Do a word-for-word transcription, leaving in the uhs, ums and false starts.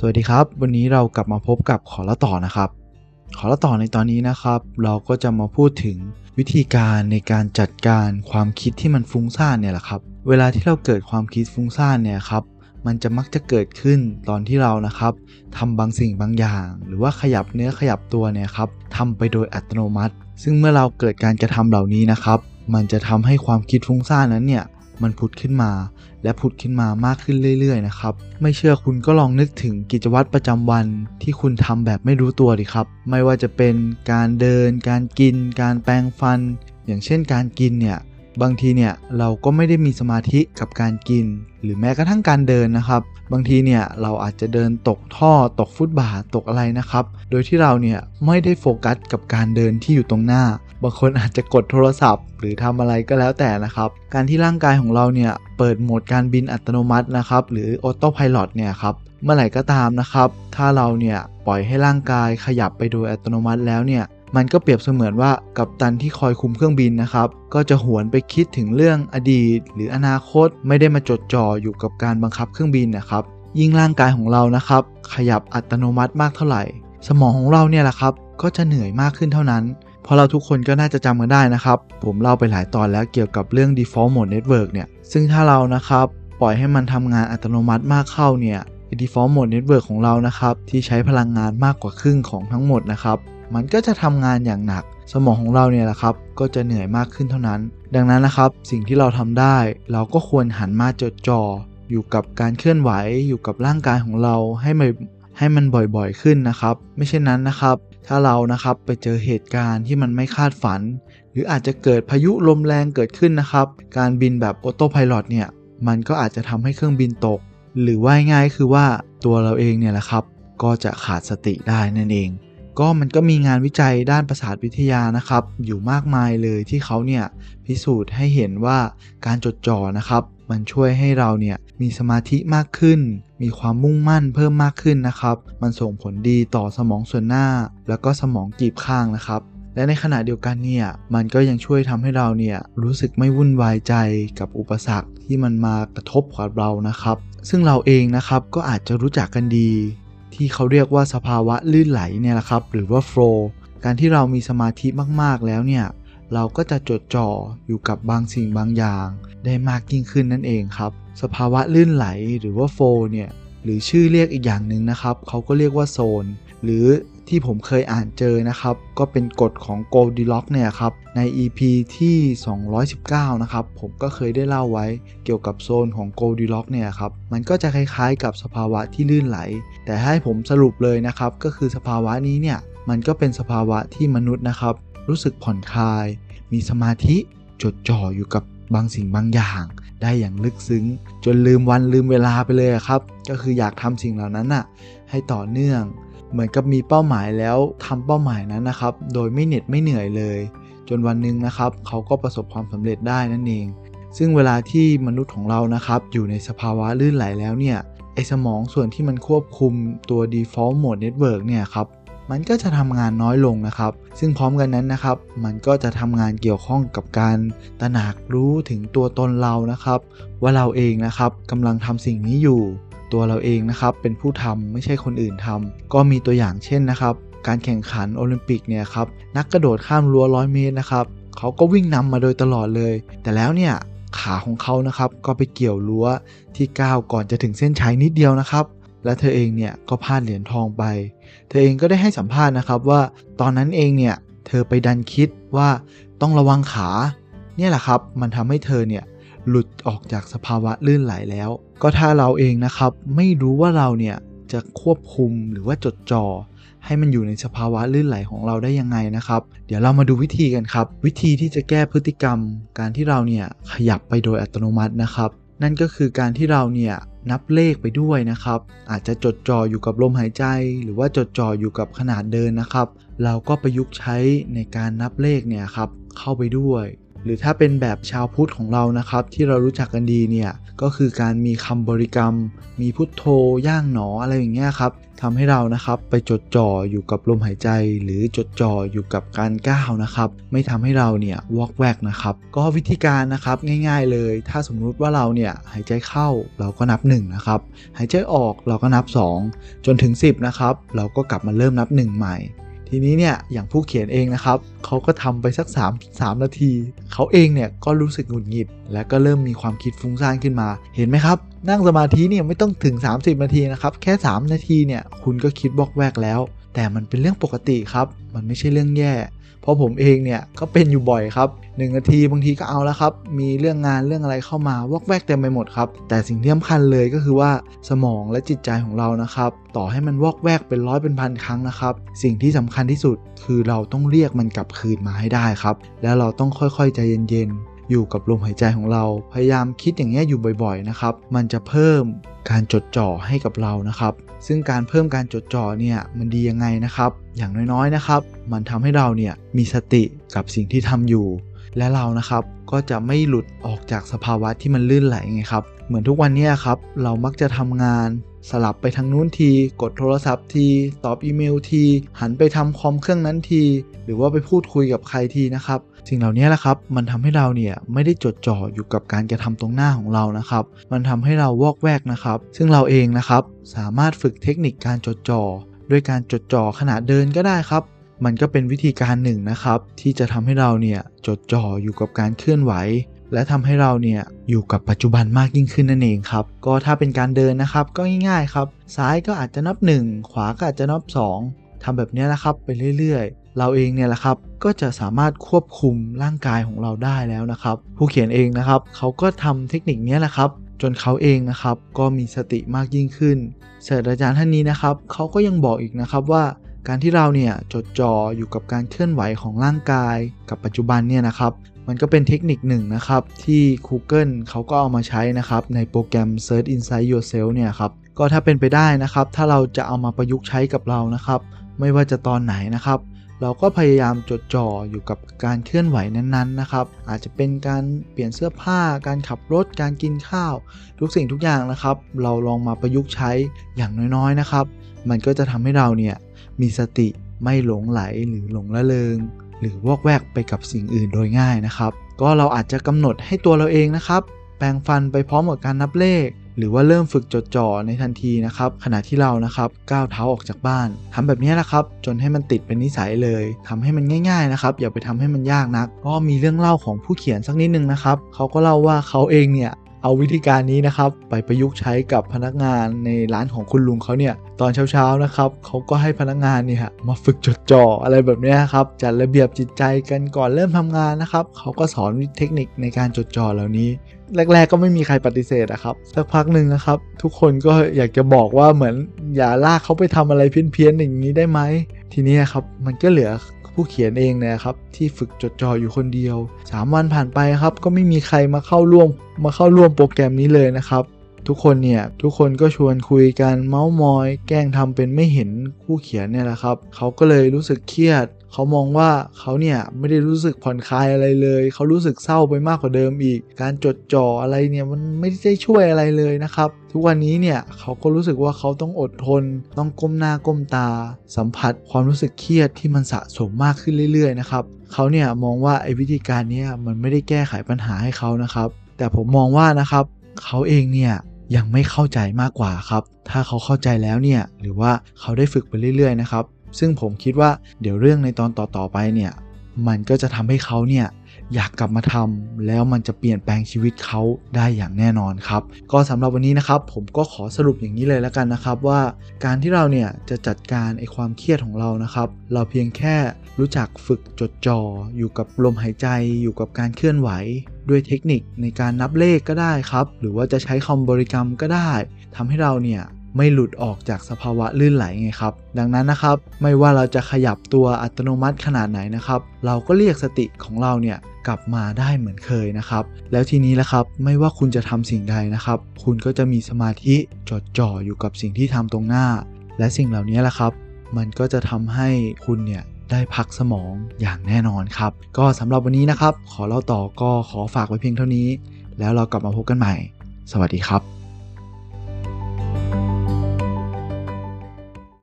วัสดีครับวันนี้เรากลับมาพบกับขอเล่าต่อนะครับขอเล่าต่อในตอนนี้นะครับเราก็จะมาพูดถึงวิธีการในการจัดการความคิดที่มันฟุ้งซ่านเนี่ยแหละครับเวลาที่เราเกิดความคิดฟุ้งซ่านเนี่ยครับมันจะมักจะเกิดขึ้นตอนที่เรานะครับทำบางสิ่งบางอย่างหรือว่าขยับเนื้อขยับตัวเนี่ยครับทำไปโดยอัตโนมัติ ซึ่งเมื่อเราเกิดการกระทำเหล่านี้นะครับมันจะทำให้ความคิดฟุ้งซ่านนั้นเนี่ยมันผุดขึ้นมาและผุดขึ้นมามากขึ้นเรื่อยๆนะครับไม่เชื่อคุณก็ลองนึกถึงกิจวัตรประจำวันที่คุณทำแบบไม่รู้ตัวดิครับไม่ว่าจะเป็นการเดินการกินการแปรงฟันอย่างเช่นการกินเนี่ยบางทีเนี่ยเราก็ไม่ได้มีสมาธิกับการกินหรือแม้กระทั่งการเดินนะครับบางทีเนี่ยเราอาจจะเดินตกท่อตกฟุตบาทตกอะไรนะครับโดยที่เราเนี่ยไม่ได้โฟกัสกับการเดินที่อยู่ตรงหน้าบางคนอาจจะกดโทรศัพท์หรือทำอะไรก็แล้วแต่นะครับการที่ร่างกายของเราเนี่ยเปิดโหมดการบินอัตโนมัตินะครับหรือออโต้ไพลอตเนี่ยครับเมื่อไหร่ก็ตามนะครับถ้าเราเนี่ยปล่อยให้ร่างกายขยับไปโดยอัตโนมัติแล้วเนี่ยมันก็เปรียบเสมือนว่ากัปตันที่คอยคุมเครื่องบินนะครับก็จะหวนไปคิดถึงเรื่องอดีตหรืออนาคตไม่ได้มาจดจ่ออยู่กับการบังคับเครื่องบินนะครับยิ่งร่างกายของเรานะครับขยับอัตโนมัติมากเท่าไหร่สมองของเราเนี่ยแหละครับก็จะเหนื่อยมากขึ้นเท่านั้นเพราะเราทุกคนก็น่าจะจำกันได้นะครับผมเล่าไปหลายตอนแล้วเกี่ยวกับเรื่อง default mode network เนี่ยซึ่งถ้าเรานะครับปล่อยให้มันทำงานอัตโนมัติมากเข้าเนี่ย default mode network ของเรานะครับที่ใช้พลังงานมากกว่าครึ่งของทั้งหมดนะครับมันก็จะทำงานอย่างหนักสมองของเราเนี่ยแหละครับก็จะเหนื่อยมากขึ้นเท่านั้นดังนั้นนะครับสิ่งที่เราทำได้เราก็ควรหันมาจดจ่ออยู่กับการเคลื่อนไหวอยู่กับร่างกายของเราให้มันให้มันบ่อยๆขึ้นนะครับไม่เช่นนั้นนะครับถ้าเรานะครับไปเจอเหตุการณ์ที่มันไม่คาดฝันหรืออาจจะเกิดพายุลมแรงเกิดขึ้นนะครับการบินแบบออโต้ไพลอตเนี่ยมันก็อาจจะทำให้เครื่องบินตกหรือว่าง่ายคือว่าตัวเราเองเนี่ยแหละครับก็จะขาดสติได้นั่นเองก็มันก็มีงานวิจัยด้านประสาทวิทยานะครับอยู่มากมายเลยที่เขาเนี่ยพิสูจน์ให้เห็นว่าการจดจ่อนะครับมันช่วยให้เราเนี่ยมีสมาธิมากขึ้นมีความมุ่งมั่นเพิ่มมากขึ้นนะครับมันส่งผลดีต่อสมองส่วนหน้าแล้วก็สมองกีบข้างนะครับและในขณะเดียวกันเนี่ยมันก็ยังช่วยทำให้เราเนี่ยรู้สึกไม่วุ่นวายใจกับอุปสรรคที่มันมากระทบกับเรานะครับซึ่งเราเองนะครับก็อาจจะรู้จักกันดีที่เขาเรียกว่าสภาวะลื่นไหลเนี่ยแหละครับหรือว่าโฟลว์การที่เรามีสมาธิมากๆแล้วเนี่ยเราก็จะจดจ่ออยู่กับบางสิ่งบางอย่างได้มากยิ่งขึ้นนั่นเองครับสภาวะลื่นไหลหรือว่าโฟลว์เนี่ยหรือชื่อเรียกอีกอย่างหนึ่งนะครับเขาก็เรียกว่าโซนหรือที่ผมเคยอ่านเจอนะครับก็เป็นกฎของ Goldilocks เนี่ยครับใน อี พี ที่สองร้อยสิบเก้านะครับผมก็เคยได้เล่าไว้เกี่ยวกับโซนของ Goldilocks เนี่ยครับมันก็จะคล้ายๆกับสภาวะที่ลื่นไหลแต่ให้ผมสรุปเลยนะครับก็คือสภาวะนี้เนี่ยมันก็เป็นสภาวะที่มนุษย์นะครับรู้สึกผ่อนคลายมีสมาธิจดจ่ออยู่กับบางสิ่งบางอย่างได้อย่างลึกซึ้งจนลืมวันลืมเวลาไปเลยครับก็คืออยากทำสิ่งเหล่านั้นน่ะให้ต่อเนื่องเหมือนกับมีเป้าหมายแล้วทำเป้าหมายนั้นนะครับโดยไม่เหน็ดไม่เหนื่อยเลยจนวันนึงนะครับเขาก็ประสบความสำเร็จได้นั่นเองซึ่งเวลาที่มนุษย์ของเรานะครับอยู่ในสภาวะลื่นไหลแล้วเนี่ยไอสมองส่วนที่มันควบคุมตัว default mode network เนี่ยครับมันก็จะทำงานน้อยลงนะครับซึ่งพร้อมกันนั้นนะครับมันก็จะทำงานเกี่ยวข้องกับการตระหนักรู้ถึงตัวตนเรานะครับว่าเราเองนะครับกำลังทำสิ่งนี้อยู่ตัวเราเองนะครับเป็นผู้ทำไม่ใช่คนอื่นทำก็มีตัวอย่างเช่นนะครับการแข่งขันโอลิมปิกเนี่ยครับนักกระโดดข้ามรั้วร้อยเมตรนะครับเขาก็วิ่งนำมาโดยตลอดเลยแต่แล้วเนี่ยขาของเขานะครับก็ไปเกี่ยวรั้วที่ก้าวก่อนจะถึงเส้นชัยนิดเดียวนะครับและเธอเองเนี่ยก็พลาดเหรียญทองไปเธอเองก็ได้ให้สัมภาษณ์นะครับว่าตอนนั้นเองเนี่ยเธอไปดันคิดว่าต้องระวังขาเนี่ยแหละครับมันทำให้เธอเนี่ยหลุดออกจากสภาวะลื่นไหลแล้วก็ถ้าเราเองนะครับไม่รู้ว่าเราเนี่ยจะควบคุมหรือว่าจดจ่อให้มันอยู่ในสภาวะลื่นไหลของเราได้ยังไงนะครับเดี๋ยวเรามาดูวิธีกันครับวิธีที่จะแก้พฤติกรรมการที่เราเนี่ยขยับไปโดยอัตโนมัตินะครับนั่นก็คือการที่เราเนี่ยนับเลขไปด้วยนะครับอาจจะจดจ่ออยู่กับลมหายใจหรือว่าจดจ่ออยู่กับขนาดเดินนะครับเราก็ประยุกต์ใช้ในการนับเลขเนี่ยครับเข้าไปด้วยหรือถ้าเป็นแบบชาวพุทธของเรานะครับที่เรารู้จักกันดีเนี่ยก็คือการมีคำบริกรรมมีพุทโธย่างหนออะไรอย่างเงี้ยครับทำให้เรานะครับไปจดจ่ออยู่กับลมหายใจหรือจดจ่ออยู่กับการก้าวนะครับไม่ทำให้เราเนี่ยวอกแวกนะครับก็วิธีการนะครับง่ายๆเลยถ้าสมมุติว่าเราเนี่ยหายใจเข้าเราก็นับหนึ่งนะครับหายใจออกเราก็นับสองจนถึงสิบนะครับเราก็กลับมาเริ่มนับหนึ่งใหม่ทีนี้เนี่ยอย่างผู้เขียนเองนะครับเขาก็ทำไปสัก3 3นาทีเขาเองเนี่ยก็รู้สึกหงุดหงิดและก็เริ่มมีความคิดฟุ้งซ่านขึ้นมาเห็นไหมครับนั่งสมาธิเนี่ยไม่ต้องถึงสามสิบนาทีนะครับแค่สามนาทีเนี่ยคุณก็คิดวอกแวกแล้วแต่มันเป็นเรื่องปกติครับมันไม่ใช่เรื่องแย่เพราะผมเองเนี่ยก็เป็นอยู่บ่อยครับหนึ่งนาทีบางทีก็เอาแล้วครับมีเรื่องงานเรื่องอะไรเข้ามาวอกแวกเต็มไปหมดครับแต่สิ่งที่สำคัญเลยก็คือว่าสมองและจิตใจของเรานะครับต่อให้มันวอกแวกเป็นร้อยเป็นพันครั้งนะครับสิ่งที่สำคัญที่สุดคือเราต้องเรียกมันกลับคืนมาให้ได้ครับแล้วเราต้องค่อยๆใจเย็นๆอยู่กับลมหายใจของเราพยายามคิดอย่างนี้อยู่บ่อยๆนะครับมันจะเพิ่มการจดจ่อให้กับเรานะครับซึ่งการเพิ่มการจดจ่อเนี่ยมันดียังไงนะครับอย่างน้อยๆนะครับมันทำให้เราเนี่ยมีสติกับสิ่งที่ทำอยู่และเรานะครับก็จะไม่หลุดออกจากสภาวะที่มันลื่นไหลไงครับเหมือนทุกวันนี้ครับเรามักจะทำงานสลับไปทางนู้นทีกดโทรศัพท์ทีตอบอีเมลทีหันไปทำคอมเครื่องนั้นทีหรือว่าไปพูดคุยกับใครทีนะครับสิ่งเหล่านี้แหละครับมันทำให้เราเนี่ยไม่ได้จดจ่ออยู่กับการกระทำตรงหน้าของเรานะครับมันทำให้เราวอกแวกนะครับซึ่งเราเองนะครับสามารถฝึกเทคนิคการจดจ่อด้วยการจดจ่อขณะเดินก็ได้ครับมันก็เป็นวิธีการหนึ่งนะครับที่จะทำให้เราเนี่ยจดจ่ออยู่กับการเคลื่อนไหวและทำให้เราเนี่ยอยู่กับปัจจุบันมากยิ่งขึ้นนั่นเองครับก็ถ้าเป็นการเดินนะครับก็ง่ายๆครับซ้ายก็อาจจะนับหนึ่งขวาก็อาจจะนับสองทำแบบนี้นะครับไปเรื่อยๆเราเองเนี่ยแหละครับก็จะสามารถควบคุมร่างกายของเราได้แล้วนะครับผู้เขียนเองนะครับเขาก็ทำเทคนิคนี้แหละครับจนเขาเองนะครับก็มีสติมากยิ่งขึ้นศาสตราจารย์ท่านนี้นะครับเขาก็ยังบอกอีกนะครับว่าการที่เราเนี่ยจดจ่ออยู่กับการเคลื่อนไหวของร่างกายกับปัจจุบันเนี่ยนะครับมันก็เป็นเทคนิคหนึ่งนะครับที่ Google เขาก็เอามาใช้นะครับในโปรแกรม Search Inside Yourself เนี่ยครับก็ถ้าเป็นไปได้นะครับถ้าเราจะเอามาประยุกต์ใช้กับเรานะครับไม่ว่าจะตอนไหนนะครับเราก็พยายามจดจ่ออยู่กับการเคลื่อนไหวนั้นๆนะครับอาจจะเป็นการเปลี่ยนเสื้อผ้าการขับรถการกินข้าวทุกสิ่งทุกอย่างนะครับเราลองมาประยุกต์ใช้อย่างน้อยๆนะครับมันก็จะทำให้เราเนี่ยมีสติไม่หลงไหลหรือหลงละเลงหรือวอกแวกไปกับสิ่งอื่นโดยง่ายนะครับก็เราอาจจะกำหนดให้ตัวเราเองนะครับแปรงฟันไปพร้อมกับการนับเลขหรือว่าเริ่มฝึกจดจ่อในทันทีนะครับขณะที่เรานะครับก้าวเท้าออกจากบ้านทำแบบนี้นะครับจนให้มันติดเป็นนิสัยเลยทำให้มันง่ายๆนะครับอย่าไปทำให้มันยากนักก็มีเรื่องเล่าของผู้เขียนสักนิดนึงนะครับเขาก็เล่าว่าเขาเองเนี่ยเอาวิธีการนี้นะครับไปประยุกต์ใช้กับพนักงานในร้านของคุณลุงเขาเนี่ยตอนเช้าๆนะครับเขาก็ให้พนักงานเนี่ยมาฝึกจดจ่ออะไรแบบนี้ครับจัดระเบียบจิตใจกันก่อนเริ่มทำงานนะครับเขาก็สอนเทคนิคในการจดจ่อเหล่านี้แรกๆก็ไม่มีใครปฏิเสธนะครับสักพักหนึ่งนะครับทุกคนก็อยากจะบอกว่าเหมือนอย่าลากเขาไปทำอะไรเพี้ยนๆอย่างนี้ได้ไหมทีนี้ครับมันก็เหลือผู้เขียนเองเนี่ยครับที่ฝึกจดจ่ออยู่คนเดียวสามวันผ่านไปครับก็ไม่มีใครมาเข้าร่วมมาเข้าร่วมโปรแกรมนี้เลยนะครับทุกคนเนี่ยทุกคนก็ชวนคุยกันเม้ามอยแกล้งทำเป็นไม่เห็นผู้เขียนเนี่ยแหละครับเขาก็เลยรู้สึกเครียดเขามองว่าเขาเนี่ยไม่ได้รู้สึกผ่อนคลายอะไรเลยเขารู้สึกเศร้าไปมากกว่าเดิมอีกการจดจ่ออะไรเนี่ยมันไม่ได้ช่วยอะไรเลยนะครับทุกวันนี้เนี่ยเขาก็รู้สึกว่าเขาต้องอดทนต้องก้มหน้าก้มตาสัมผัสความรู้สึกเครียดที่มันสะสมมากขึ้นเรื่อยๆนะครับเขาเนี่ยมองว่าไอ้วิธีการนี้มันไม่ได้แก้ไขปัญหาให้เขานะครับแต่ผมมองว่านะครับเขาเองเนี่ยยังไม่เข้าใจมากกว่าครับถ้าเขาเข้าใจแล้วเนี่ยหรือว่าเขาได้ฝึกไปเรื่อยๆนะครับซึ่งผมคิดว่าเดี๋ยวเรื่องในตอนต่อๆไปเนี่ยมันก็จะทำให้เขาเนี่ยอยากกลับมาทำแล้วมันจะเปลี่ยนแปลงชีวิตเขาได้อย่างแน่นอนครับก็สำหรับวันนี้นะครับผมก็ขอสรุปอย่างนี้เลยแล้วกันนะครับว่าการที่เราเนี่ยจะจัดการไอ้ความเครียดของเรานะครับเราเพียงแค่รู้จักฝึกจดจ่ออยู่กับลมหายใจอยู่กับการเคลื่อนไหวด้วยเทคนิคในการนับเลขก็ได้ครับหรือว่าจะใช้คำบริกรรมก็ได้ทำให้เราเนี่ยไม่หลุดออกจากสภาวะลื่นไหลไงครับดังนั้นนะครับไม่ว่าเราจะขยับตัวอัตโนมัติขนาดไหนนะครับเราก็เรียกสติของเราเนี่ยกลับมาได้เหมือนเคยนะครับแล้วทีนี้แหละครับไม่ว่าคุณจะทำสิ่งใดนะครับคุณก็จะมีสมาธิจดจ่ออยู่กับสิ่งที่ทำตรงหน้าและสิ่งเหล่านี้แหละครับมันก็จะทำให้คุณเนี่ยได้พักสมองอย่างแน่นอนครับก็สำหรับวันนี้นะครับขอเล่าต่อก็ขอฝากไว้เพียงเท่านี้แล้วเรากลับมาพบกันใหม่สวัสดีครับ